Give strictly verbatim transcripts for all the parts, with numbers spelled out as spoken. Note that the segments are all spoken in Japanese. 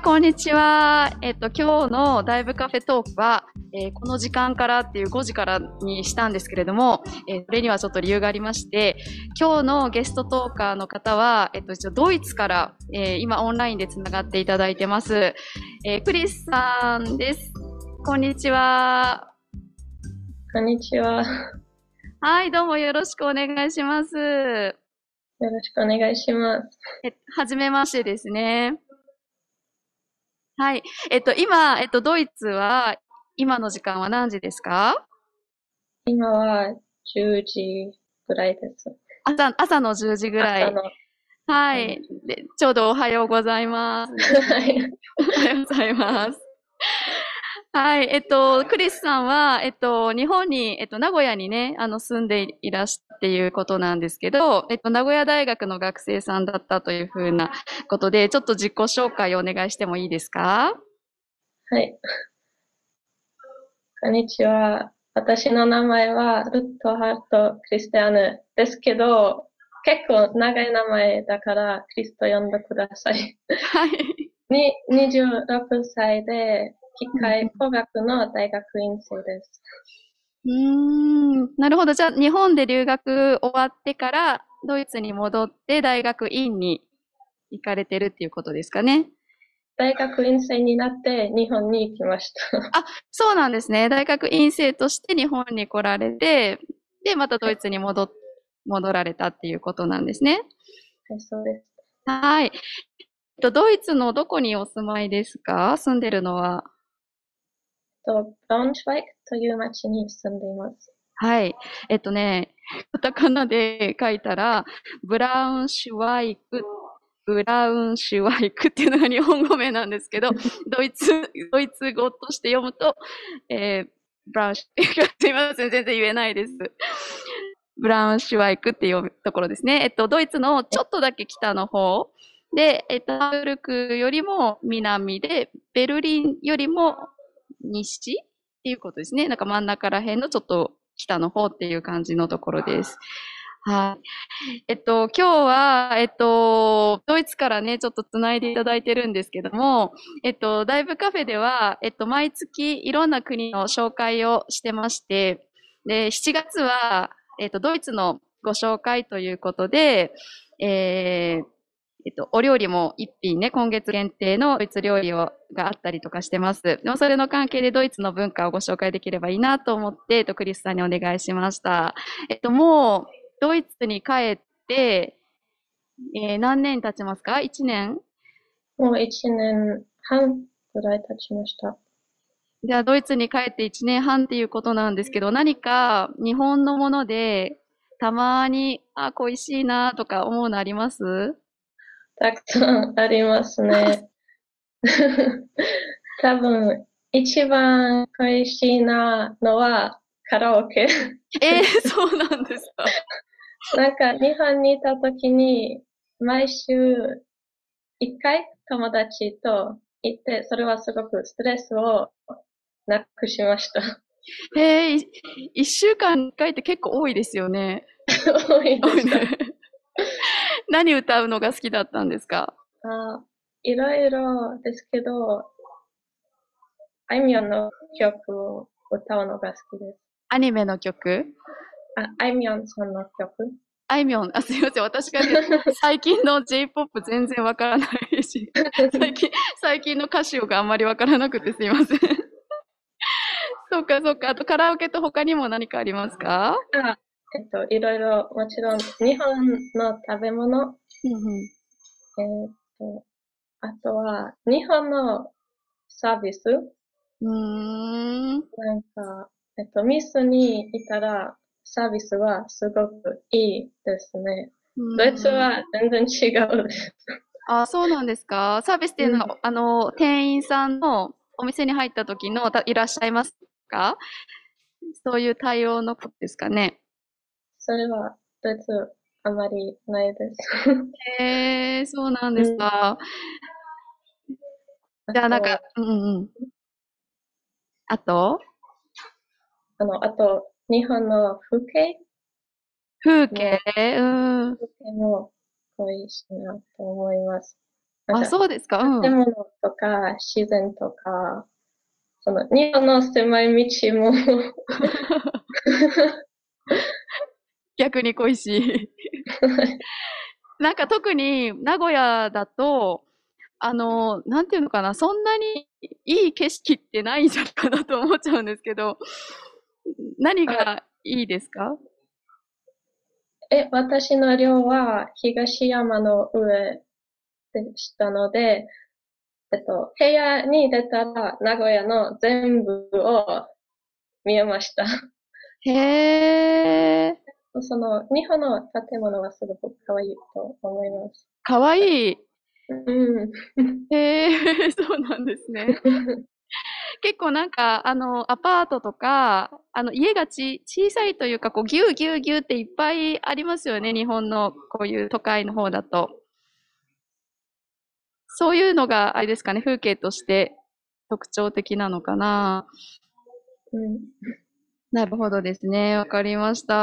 い、こんにちは。えっと、今日のダイブカフェトークは、えーこの時間からっていうごじからにしたんですけれども、えー、それにはちょっと理由がありまして、今日のゲストトーカーの方は、えっと、一応ドイツから、えー今オンラインでつながっていただいてます。えークリスさんです。こんにちは。 こんにちは。よはい、どうもよろしくお願いします。え、 ろしくお願いします。 はじめましてですね。はい。えっと、今、えっと、ドイツは、今の時間は何時ですか？ 今はじゅうじぐらいです。 朝、朝のじゅうじぐらい。 朝の、はい。 はい。で、ちょうどおはようございますですね。 はい。 おはようございます。はい。えっと、クリスさんは、えっと、日本に、えっと、名古屋にね、あの、住んでいらしっていうことなんですけど、えっと、名古屋大学の学生さんだったというふうなことで、ちょっと自己紹介をお願いしてもいいですか？ はい。こんにちは。私の名前はルットハート・クリスティアヌですけど、結構長い名前だからクリスと呼んでください。 はい。 に、にじゅうろくさいで機うん械工学の大学院生です。 うーん、なるほど。じゃあ、日本で留学終わってから、ドイツに戻って大学院に行かれてるっていうことですかね。 大学院生になって日本に行きました。 あ、そうなんですね。大学院生として日本に来られて、で、またドイツに戻っ、戻られたっていうことなんですね。 はい、そうです。 はい。えっと、ドイツのどこにお住まいですか？住んでるのは。 と、ブラウンシュワイクという町に住んでいます。 はい。えっとね、カタカナで書いたら、ブラウンシュワイク、ブラウンシュワイクっていうのが日本語名なんですけど、ドイツ、ドイツ語として読むと、えー、ブラウンシュ、すいません、全然言えないです。ブラウンシュワイクっていうところですね。えっと、ドイツのちょっとだけ北の方で、えっと、ハンブルクよりも南で、ベルリンよりも西っていうことですね。なんか真ん中ら辺のちょっと北の方っていう感じのところです。はい。えっと、今日は、えっと、ドイツからね、ちょっとつないでいただいてるんですけども、えっと、ダイブカフェでは、えっと、毎月いろんな国の紹介をしてまして、で、しちがつは、えっと、ドイツのご紹介ということで、えーえっと、お料理も一品ね、今月限定のドイツ料理をがあったりとかしてます。でもそれの関係でドイツの文化をご紹介できればいいなと思って、えっと、クリスさんにお願いしました。えっと、もう、ドイツに帰って、えー何年経ちますか？ いち 年？ もう一年半ぐらい経ちました。 じゃあ、ドイツに帰っていちねんはんっていうことなんですけど、何か日本のもので、たまに、あ、恋しいなとか思うのあります？ たくさんありますね。多分、一番恋しいなのはカラオケ。 えー、そうなんですか。 なんか日本にいた時に毎週一回友達と行って、それはすごくストレスをなくしました。 えー、い一週間に一回って結構多いですよね。 多いでした。 多いね。何歌うのが好きだったんですか？ あ、いろいろですけど、あいみょんの曲を歌うのが好きです。 アニメの曲？ あ、あいみょんさんの曲。 あいみょん、あ、すいません。私がね、最近の J-ジェイポップ 全然わからないし、最近、最近の歌詞があんまりわからなくてすいません。そうか、そうか。あとカラオケと他にも何かありますか？ あ、えっと、いろいろ、もちろん、日本の食べ物、 うんうん。 えっと、あとは、日本のサービス、 うーん。 なんか、えっと、ミスにいたら、サービスはすごくいいですね。 うドイツーん。 は全然違うです。 あ、そうなんですか。サービスっていううん。 のは、あの、店員さんのお店に入った時の、たいらっしゃいますか？そういう対応のことですかね。 それは、ドイツ、あまりないです。 へえ、そうなんですうん。 か。 あじゃあなんか、 と、 うんうんうん。あと、 あの、あと、日本の風景風景？ も、 うん。 風景も恋しいなと思います。 あ、 なんか、 そうですか。うん。 建物とか自然とか、その日本の狭い道も逆に恋しい。なんか特に名古屋だと、あの、なんていうのかな、そんなにいい景色ってないんじゃないかなと思っちゃうんですけど、何あ、 がいいですか？ え、私の寮は東山の上でしたので、えっと、部屋に出たら名古屋の全部を見えました。 へえ、 その、日本の建物はすごく可愛いと思います。 かわいい。 うん。 へえ、そうなんですね。結構なんか、あの、アパートとか、あの、家がち、小さいというか、こう、ぎゅうぎゅうぎゅうっていっぱいありますよね、日本のこういう都会の方だと。そういうのが、あれですかね、風景として特徴的なのかな。 うん。 なるほどですね。わかりました。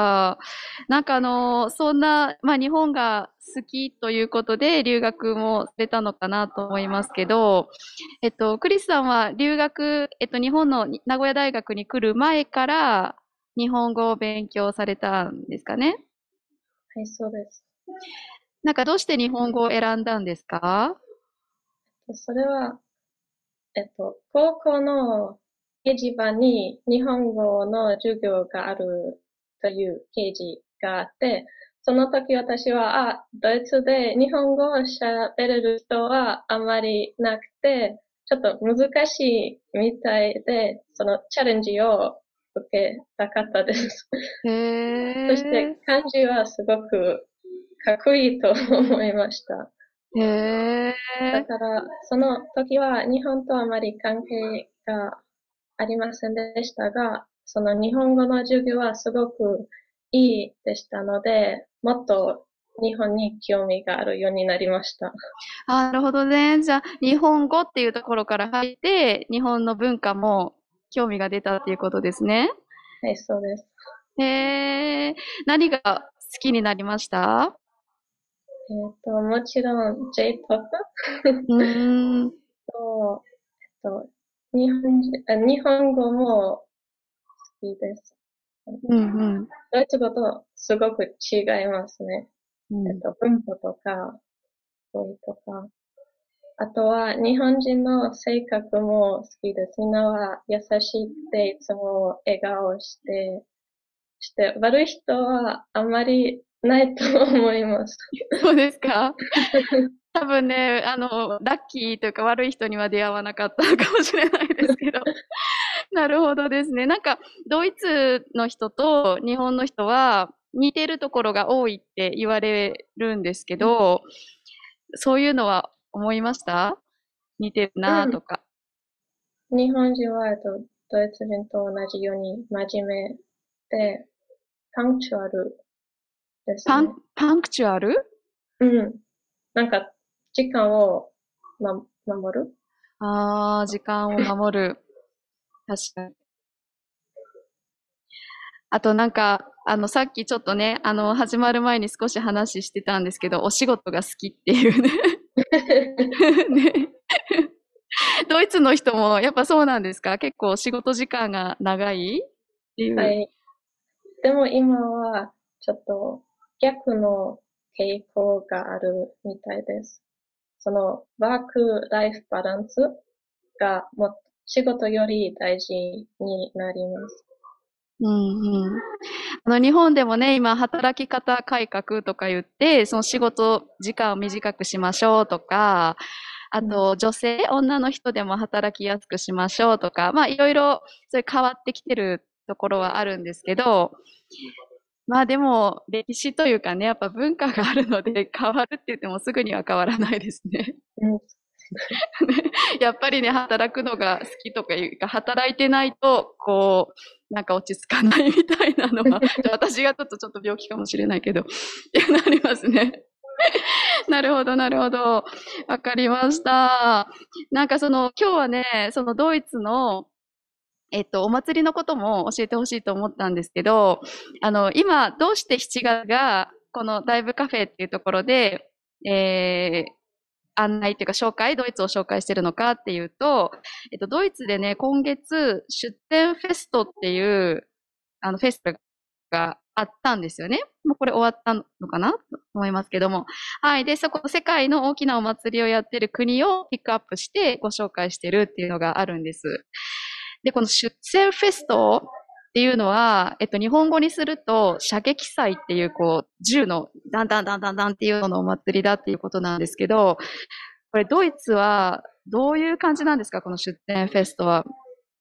なんかあの、そんな、まあ日本が好きということで留学もされたのかなと思いますけど、えっと、クリスさんは留学、えっと、日本の名古屋大学に来る前から日本語を勉強されたんですかね。 はい、そうです。 なんかどうして日本語を選んだんですか？ それは、えっと、高校の掲示板に日本語の授業があるという掲示があって、その時私は、あ、ドイツで日本語を喋れる人はあまりなくて、ちょっと難しいみたいで、そのチャレンジを受けたかったです。 へそしてえ、 漢字はすごくかっこいいと思いました。 へえ、 だから、その時は日本とあまり関係がありませんでしたが、その日本語の授業はすごくいいでしたので、もっと日本に興味があるようになりました。 あ、なるほどね。じゃあ、日本語っていうところから入って、日本の文化も興味が出たっていうことですね。 はい、そうです。 へえ、何が好きになりました？ えっと、もちろん J-ジェイポップうーん、 と、えっと、日本人、あ、日本語も好きです。 うんうん、 ドイツ語とすごく違いますね。 うん。 えっと、文法とか、語彙とか。あとは、日本人の性格も好きです。みんなは優しくて、いつも笑顔して、して、悪い人はあんまりないと思います。 そうですか？多分ね、あの、ラッキーというか悪い人には出会わなかったのかもしれないですけど。なるほどですね。なんか、ドイツの人と日本の人は似てるところが多いって言われるんですけど、そういうのは思いました？似てるうん。 なとか。 日本人は、えっと、ドイツ人と同じように真面目で、パンクチュアルですパン、 ね。 パンクチュアル。 うん。なんか、時間を、ま、守る。 ああー、時間を守る。確かに。あとなんか、あの、さっきちょっとね、あの、始まる前に少し話してたんですけど、お仕事が好きっていうね。ね。ドイツの人もやっぱそうなんですか？結構仕事時間が長いっていう。 はい。でも今は、ちょっと逆の傾向があるみたいです。その、ワークライフバランスがもっ仕事より大事になります。 うんうん。あの、日本でもね、今、働き方改革とか言って、その仕事時間を短くしましょうとか、あうん。 と、女性、女の人でも働きやすくしましょうとか、まあ、いろいろ、それ変わってきてるところはあるんですけど、まあでも、歴史というかね、やっぱ文化があるので、変わるって言ってもすぐには変わらないですね。 うん。 やっぱりね、働くのが好きとかいうか、働いてないと、こう、なんか落ち着かないみたいなのは、私がちょっとちょっと病気かもしれないけど、ってなりますね。なるほど、なるほど。わかりました。なんかその、今日はね、そのドイツの、えっと、お祭りのことも教えてほしいと思ったんですけど、あの、今、どうしてしちがつが、このダイブカフェっていうところで、えー案内っていうか紹介、ドイツを紹介してるのかっていうと、えっと、ドイツでね、今月、出店フェストっていう、あの、フェストがあったんですよね。もうこれ終わったのかなと思いますけども。はい。で、そこ、世界の大きなお祭りをやってる国をピックアップしてご紹介してるっていうのがあるんです。で、この出店フェストっていうのは、えっと、日本語にすると、射撃祭っていう、こう、銃のダンダンダンダンダンっていうののお祭りだっていうことなんですけど、これドイツはどういう感じなんですか、この出店フェストは。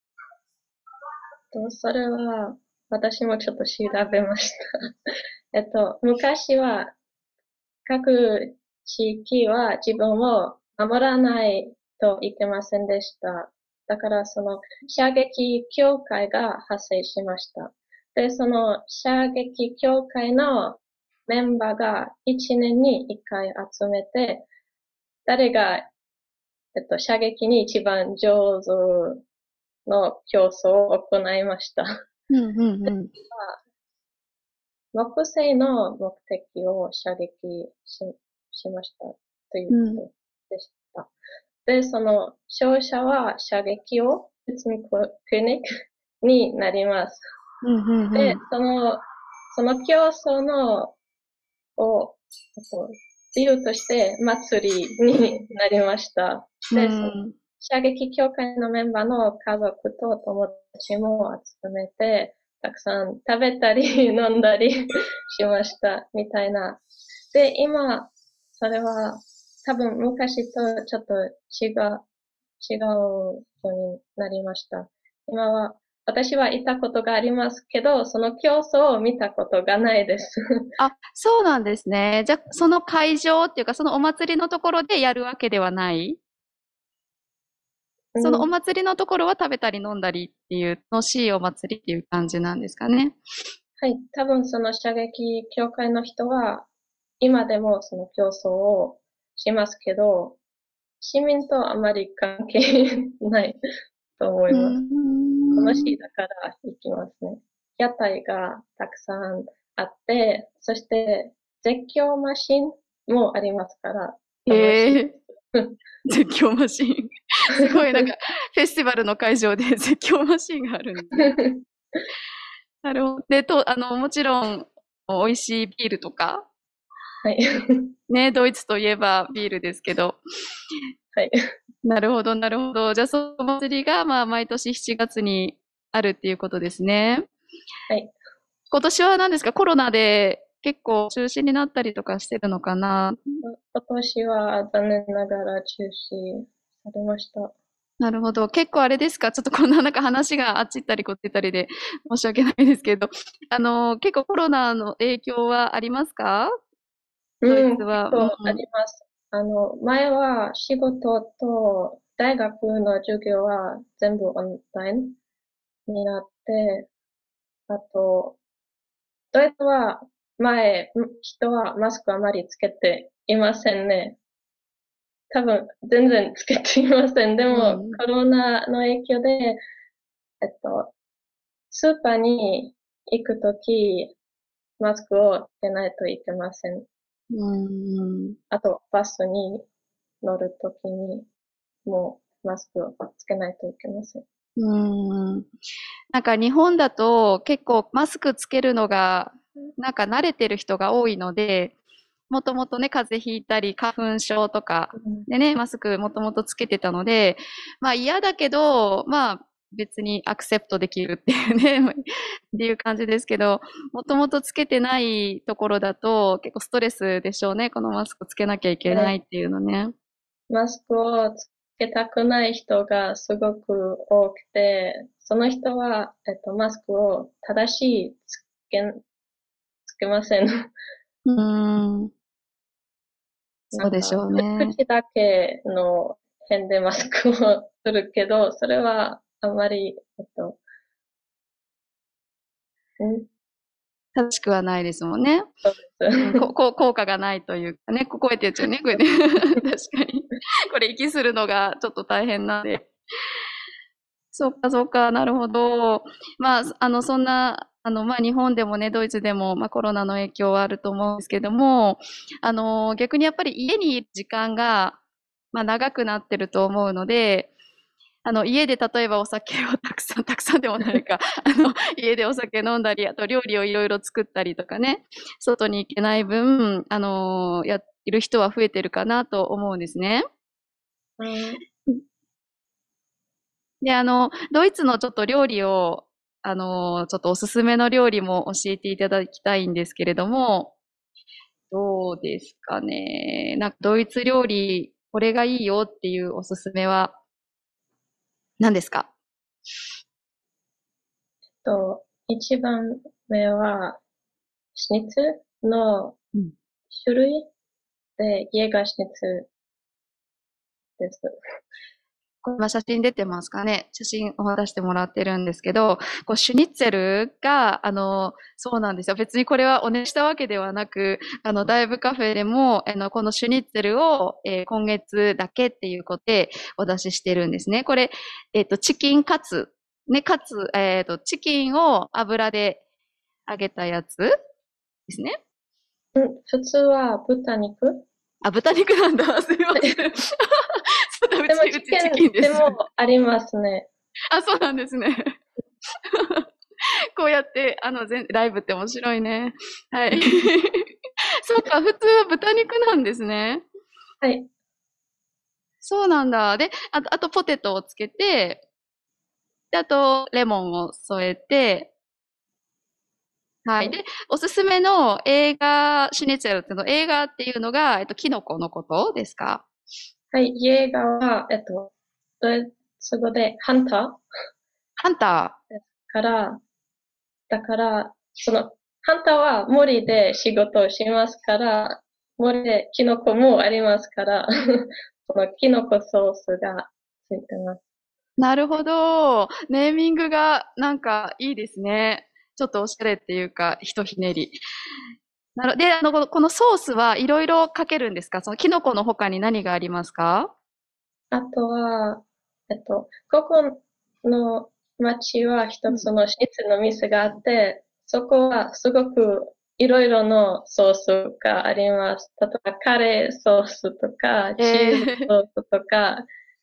と、それは、私もちょっと調べました。えっと、昔は、各地域は自分を守らないといけませんでした。だから、その、射撃協会が発生しました。で、その、射撃協会のメンバーが一年に一回集めて、誰が、えっと、射撃に一番上手の競争を行いました。 うんうんうん。 木星の目的を射撃し、しましたといううんことでした。で、その勝者は射撃を別にクリニックになります。 うんうんうで、 ん。 その、その競争の、を、えっと、理由として祭りになりました。 うで、そのん射撃協会のメンバーの家族と友達も集めて、たくさん食べたり飲んだりしましたみたいな。で、今、それは多分昔とちょっと違う、違うようになりました。今は、私は行ったことがありますけど、その競争を見たことがないです。 あ、そうなんですね。じゃ、その会場っていうか、そのお祭りのところでやるわけではない？ うそのおん、 祭りのところは食べたり飲んだりっていう楽しいお祭りっていう感じなんですかね。 はい、多分その射撃協会の人は、今でもその競争をしますけど、市民とあまり関係ないと思うーいます。楽しいん。 だから行きますね。屋台がたくさんあって、そして絶叫マシンもありますから楽しい。 へえ、絶叫マシーン。すごいなんか、フェスティバルの会場で絶叫マシーンがあるんですね。なるほど。で、と、あの、もちろん、美味しいビールとか、 はい。 ね、ドイツといえばビールですけど。 はい。 なるほど、なるほど。じゃあ、そのお祭りが、まあ、毎年しちがつにあるっていうことですね。 はい。 今年は何ですか、コロナで結構中止になったりとかしてるのかな。 今年は残念ながら中止されました。 なるほど。結構あれですか、ちょっとこんななんか話があっち行ったりこっち行ったりで申し訳ないですけど、あの、結構コロナの影響はありますか？ドイうん、結ツは。う構あん。 ります。あの、前は仕事と大学の授業は全部オンラインになって、あと、ドイツは前、人はマスクあまりつけていませんね。多分、全然つけていません。でも、 うん。 コロナの影響で、えっと、スーパーに行くとき、マスクをつけないといけません。 うん。 あと、バスに乗るときにもうマスクをつけないといけません。 うん。なんか日本だと結構マスクつけるのがなんか慣れてる人が多いので、もともとね、風邪ひいたり花粉症とかうん、 でね、マスクもともとつけてたので、まあ嫌だけど、まあ別にアクセプトできるっていうね、っていう感じですけど、もともとつけてないところだと結構ストレスでしょうね。このマスクつけなきゃいけはい。 ないっていうのね。 マスクをつけたくない人がすごく多くて、その人は、えっと、マスクを正しいつけ、つけません。 うーん、そうでしなんか、 ょうね。 口だけの辺でマスクをするけど、それはあまり、えっと、ん正しくはないですもんね。 そうでうん、こす。 こ効果がないというかね、ここうやってやっちゃうね、これね。確かに。これ息するのがちょっと大変なんで。そっかそっか、なるほど。まあ、あの、そんな、あの、まあ、日本でもね、ドイツでも、まあ、コロナの影響はあると思うんですけども、あの、逆にやっぱり家にいる時間がまあ長くなってると思うので、あの、家で例えばお酒をたくさん、たくさんでもないか、あの、家でお酒飲んだり、あと料理をいろいろ作ったりとかね、外に行けない分、あの、やってる人は増えてるかなと思うんですね。 うん、 で、あの、ドイツのちょっと料理を、あの、ちょっとおすすめの料理も教えていただきたいんですけれども、どうですかね。なんかドイツ料理、これがいいよっていうおすすめは何ですか？ と、一番目は、シュニッツルのうん。 種類で、イエガーシュニッツルです。 今写真出てますかね。写真を出してもらってるんですけど、こうシュニッツェルが、あの、そうなんですよ。別にこれはお願いしたわけではなく、あの、ダイブカフェでも、あの、このシュニッツェルを、えー今月だけっていうことでお出ししてるんですね。これ、えっと、チキンカツ。ね、カツ、えっと、チキンを油で揚げたやつですね。 うん、普通は豚肉。 あ、豚肉なんだ。すいません。そうだ、うでもち、うちチチキンキンです。 でもありますね。 あ、そうなんですね。こうやって、あの、全ライブって面白いね。はい。そっか、普通は豚肉なんですね。 はい。 そうなんだ。で、あと、あとポテトをつけて、で、あと、レモンを添えて、はい。で、おすすめの映画、シュニツェルっていうの、映画っていうのが、えっと、キノコのことですか？ はい。イエーガーは、えっと、ドイツ語でハンターハンタですから、だから、その、ハンターは森で仕事をしますから、森でキノコもありますから、そのキノコソースがついてます。 ー。なるほど。ネーミングがなんかいいですね。ちょっとおしゃれっていうか、ひとひねり。なるで、あの、このこのソースはいろいろかけるんですか？そのキノコの他に何がありますか？ あとは、えっと、ここの町は一つうん。 のシニッツェルの店があって、そこはすごくいろいろのソースがあります。例えばカレーソースとか、チーズえソースとか、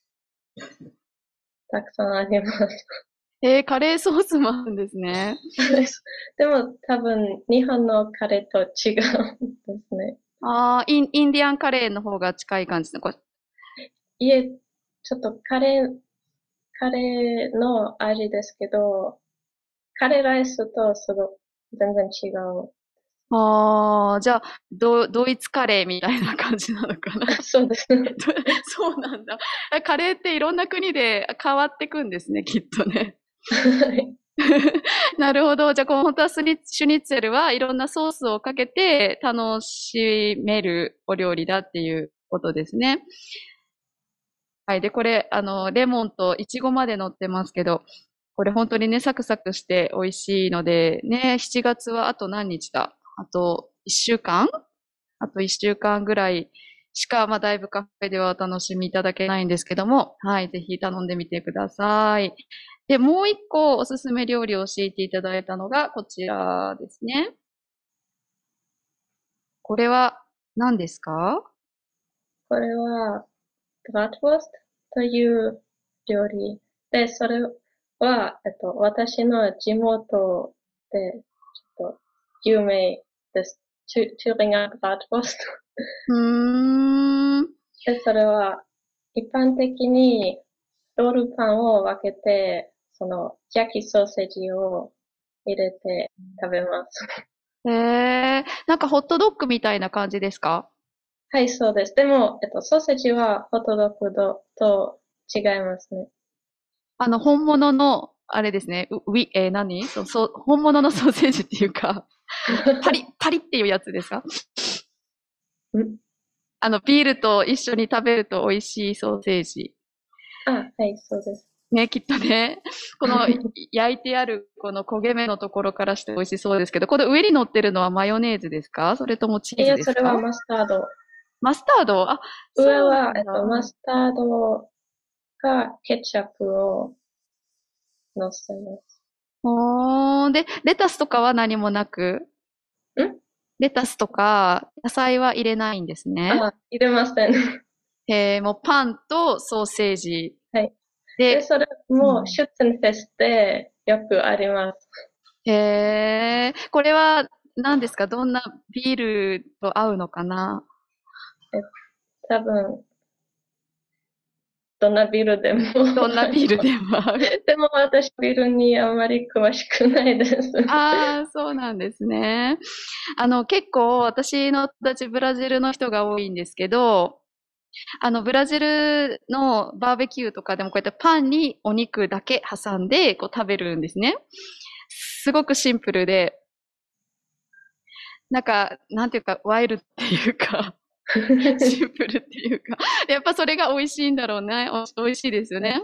たくさんあります。 ー、えー、カレーソースもあるんですね。 でも多分日本のカレーと違うんですね。 ああ、イン、インディアンカレーの方が近い感じですね。これ。 いえ、ちょっとカレー、カレーの味ですけど、カレーライスとすごく全然違う。 ああ、じゃあ、ド、ドイツカレーみたいな感じなのかな。 そうですね。 そうなんだ。カレーっていろんな国で変わってくんですね、きっとね。 はい。 なるほど。じゃあ、この本当はスニシュニッツェルはいろんなソースをかけて楽しめるお料理だっていうことですね。はい。で、これ、あの、レモンとイチゴまで乗ってますけど、これ本当にね、サクサクして美味しいので、ね、しちがつはあと何日だ？あといっしゅうかんあといっしゅうかんぐらいしか、まあ、だいぶカフェではお楽しみいただけないんですけども、はい。ぜひ頼んでみてください。で、もう一個おすすめ料理を教えていただいたのがこちらですね。これは何ですか？ これは、ブラッドウォーストという料理で、それは、えっと、私の地元で、ちょっと有名です。チュ、チューリンガーブラッドウォースト。 うーん。 で、それは、一般的にロールパンを分けて、その、焼きソーセージを入れて食べます。 えー、なんかホットドッグみたいな感じですか？ はい、そうです。でも、えっと、ソーセージはホットドッグとと違いますね。 あの、本物の、あれですね、ウウィ、えー何そう、そう、本物のソーセージっていうか、パリッ、パリッっていうやつですか？ んあの、ビールと一緒に食べると美味しいソーセージ。 あ、はい、そうです。 ね、きっとね、この焼いてあるこの焦げ目のところからして美味しそうですけど、これ上に乗ってるのはマヨネーズですか？それともチーいや、それはズですか？ マスタード。 マスタード？あ、そうな上は、えっと、 んだ。 マスタードかケチャップを乗せます。 おー、で、レタスとかは何もなく、 んレタスとか野菜は入れないんですね。 あ、入れません。 へえ、もうパンとソーセージはい。で、 で、 それも、シュッツェンフェスでよくあります。 へえ、これは何ですか？どんなビールと合うのかな？ え、多分、どんなビールでもどんなビールでも合う。 でも私、ビールにあまり詳しくないです。 ああ、そうなんですね。あの、結構私の友達ブラジルの人が多いんですけど、あの、ブラジルのバーベキューとかでもこうやってパンにお肉だけ挟んでこう食べるんですね。すごくシンプルで、なんか、なんていうか、ワイルドっていうか、シンプルっていうか、やっぱそれが美味しいんだろうね。お美味しいですよね。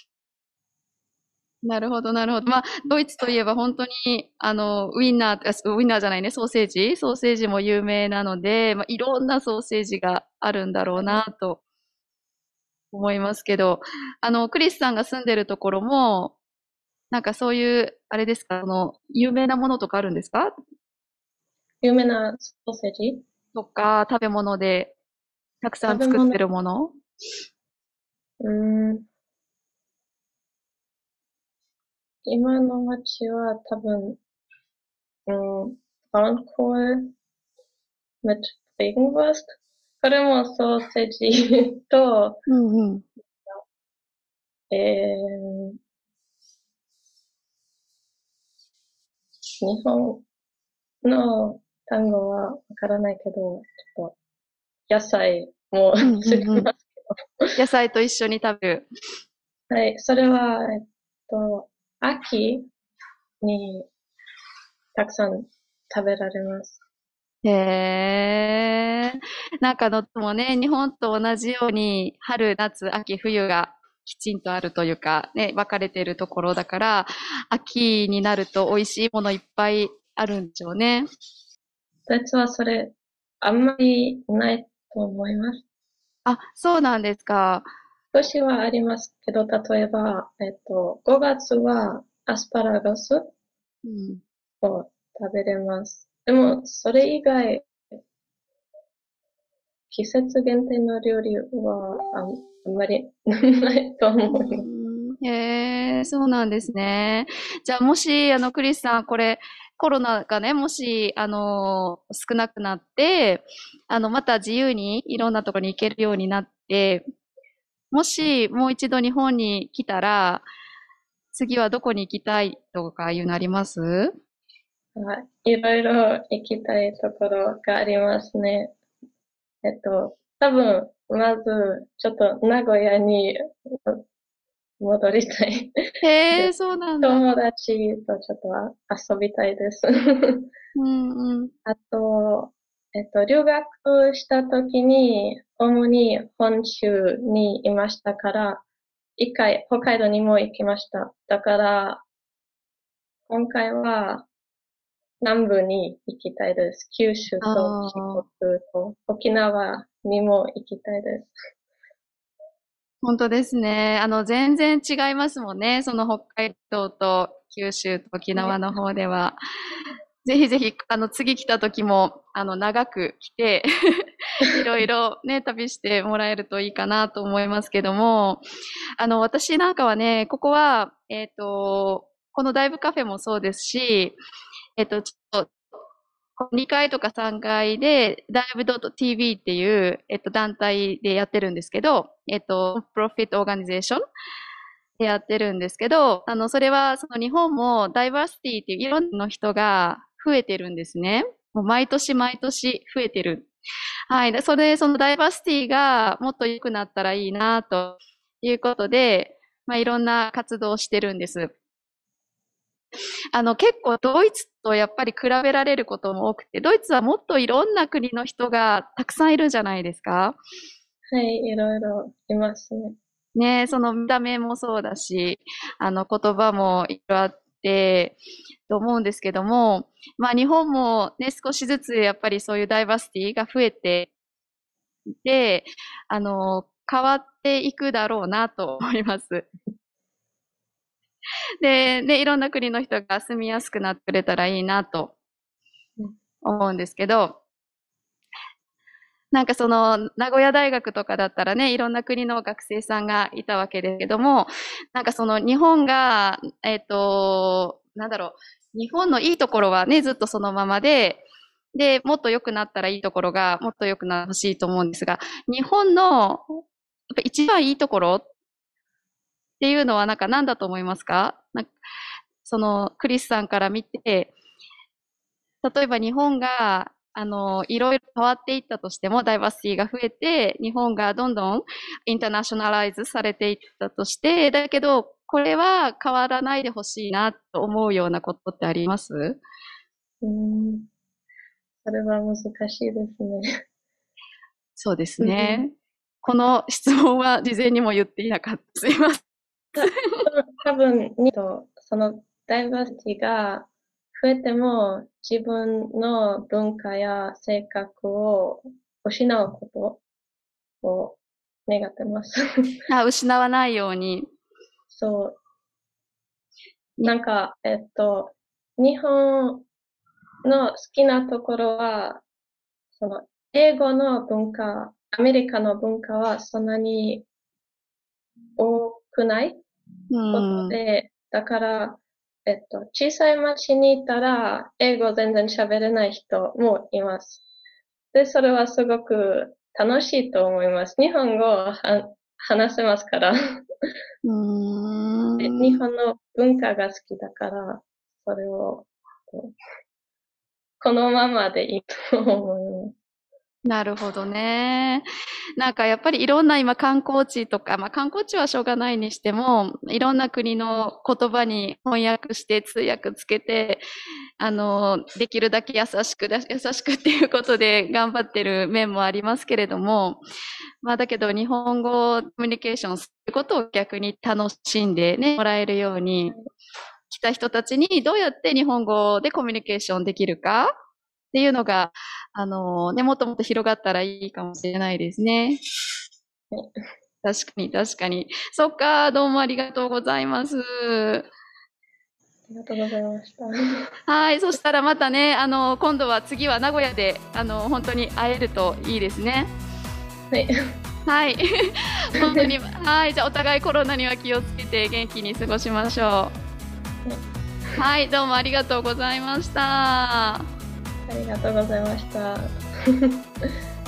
なるほど、なるほど。まあ、ドイツといえば本当に、あの、ウィンナー、あウィンナーじゃないね、ソーセージソーセージも有名なので、まあ、いろんなソーセージがあるんだろうなと思いますけど、あの、クリスさんが住んでるところも、なんかそういう、あれですか、あの、有名なものとかあるんですか？ 有名なソーセージとか、食べ物でたくさん作って食べ物、 るもの？ うーん、今の街は多分、うん、Braunkohl mit Regenwurst。これもソーセージと、 うんうん。 えー、日本の単語はわからないけど、ちょっと野菜もうんつうんうん。 きます野菜と一緒に食べる。 けど。はい、それは、えっと、秋にたくさん食べられます。 へえ。なんかのもね、日本と同じように春、夏、秋、冬がきちんとあるというか、ね、分かれているところだから、秋になると美味しいものいっぱいあるんでしょうね。 実はそれ、あんまりないと思います。 あ、そうなんですか。 少しはありますけど、例えば、えっと、ごがつはアスパラガスうん。 を食べれます。でも、それ以外、季節限定の料理はあん、あんまりないと思ういます。 ーん、へえ、そうなんですね。じゃあ、もし、あの、クリスさん、これ、コロナがね、もし、あの、少なくなって、あの、また自由にいろんなところに行けるようになって、もし、もう一度日本に来たら、次はどこに行きたいとかいうのあります？ はい。いろいろ行きたいところがありますね。えっと、多分、まず、ちょっと名古屋に戻りたいへえ、 です。 そうなんだ。 友達とちょっとあ遊びたいです。 うんうん。 あと、えっと、留学した時に、主に本州にいましたから、一回北海道にも行きました。だから、今回は南部に行きたいです。九州あと四国あ。 と沖縄にも行きたいです。 本当ですね。あの、全然違いますもんね。その北海道と九州と沖はい。 縄の方では。ぜひぜひ、あの、次来た時も、あの、長く来て、いろいろね、旅してもらえるといいかなと思いますけども、あの、私なんかはね、ここは、えっと、このダイブカフェもそうですし、えっと、ちょっとにかいとかさんがいで、ダイブドット ティーブイ っていう、えっと、団体でやってるんですけど、えっと、プロフィットオーガニゼーションでやってるんですけど、あの、それは、その日本もダイバーシティっていういろんな人が増えてるんですね。もう毎年毎年増えてる。はい。でそれで、そのダイバーシティがもっと良くなったらいいな、ということで、まあ、いろんな活動をしてるんです。あの、結構ドイツとやっぱり比べられることも多くて、ドイツはもっといろんな国の人がたくさんいるじゃないですか。 はい、いろいろいますね。 ね、その見た目もそうだし、あの言葉もいろいろあって、と思うんですけども、まあ日本もね、少しずつやっぱりそういうダイバーシティが増えていて、あの、変わっていくだろうなと思います。で、で、いろんな国の人が住みやすくなってくれたらいいなと思うんですけど、 なんかその、名古屋大学とかだったらね、いろんな国の学生さんがいたわけですけども、なんかその日本が、えっと、なんだろう、日本のいいところはね、ずっとそのままで、で、もっと良くなったらいいところがもっと良くなってほしいと思うんですが、日本のやっぱ一番いいところっていうのはなんか何だと思いますか？なんかそのクリスさんから見て、例えば日本が、あの、いろいろ変わっていったとしても、ダイバーシティが増えて、日本がどんどんインターナショナライズされていったとして、だけど、これは変わらないでほしいなと思うようなことってあります？ うーん、それは難しいですね。 そうですうん、 ね。この質問は事前にも言っていなかった。すいません。 た多分にと、そのダイバーシティが増えても自分の文化や性格を失うことを願ってます。 あ、失わないように。 そう、 になんか、えっと、日本の好きなところは、その英語の文化、アメリカの文化はそんなに多くないうことん。 で、だから、えっと、小さい町にいたら、英語全然喋れない人もいます。で、それはすごく楽しいと思います。日本語をは話せますから。 うで日ーん。 本の文化が好きだから、それを、このままでいいと思います。 なるほどね。なんかやっぱりいろんな今観光地とか、まあ観光地はしょうがないにしても、いろんな国の言葉に翻訳して通訳つけて、あの、できるだけ優しくだ、優しくっていうことで頑張ってる面もありますけれども、まあだけど日本語コミュニケーションすることを逆に楽しんでね、もらえるように、来た人たちにどうやって日本語でコミュニケーションできるかっていうのが、あのね、もっともっと広がったらいいかもしれないですね。確かに、確かに。そっか、どうもありがとうございます。 ありがとうございました。 はい、そしたらまたね、あの、今度は次は名古屋で、あの、本当に会えるといいですね。 はい。 はい。本当に、はい、じゃあお互いコロナには気をつけて元気に過ごしましょう。はい、どうもありがとうございました。 ありがとうございました。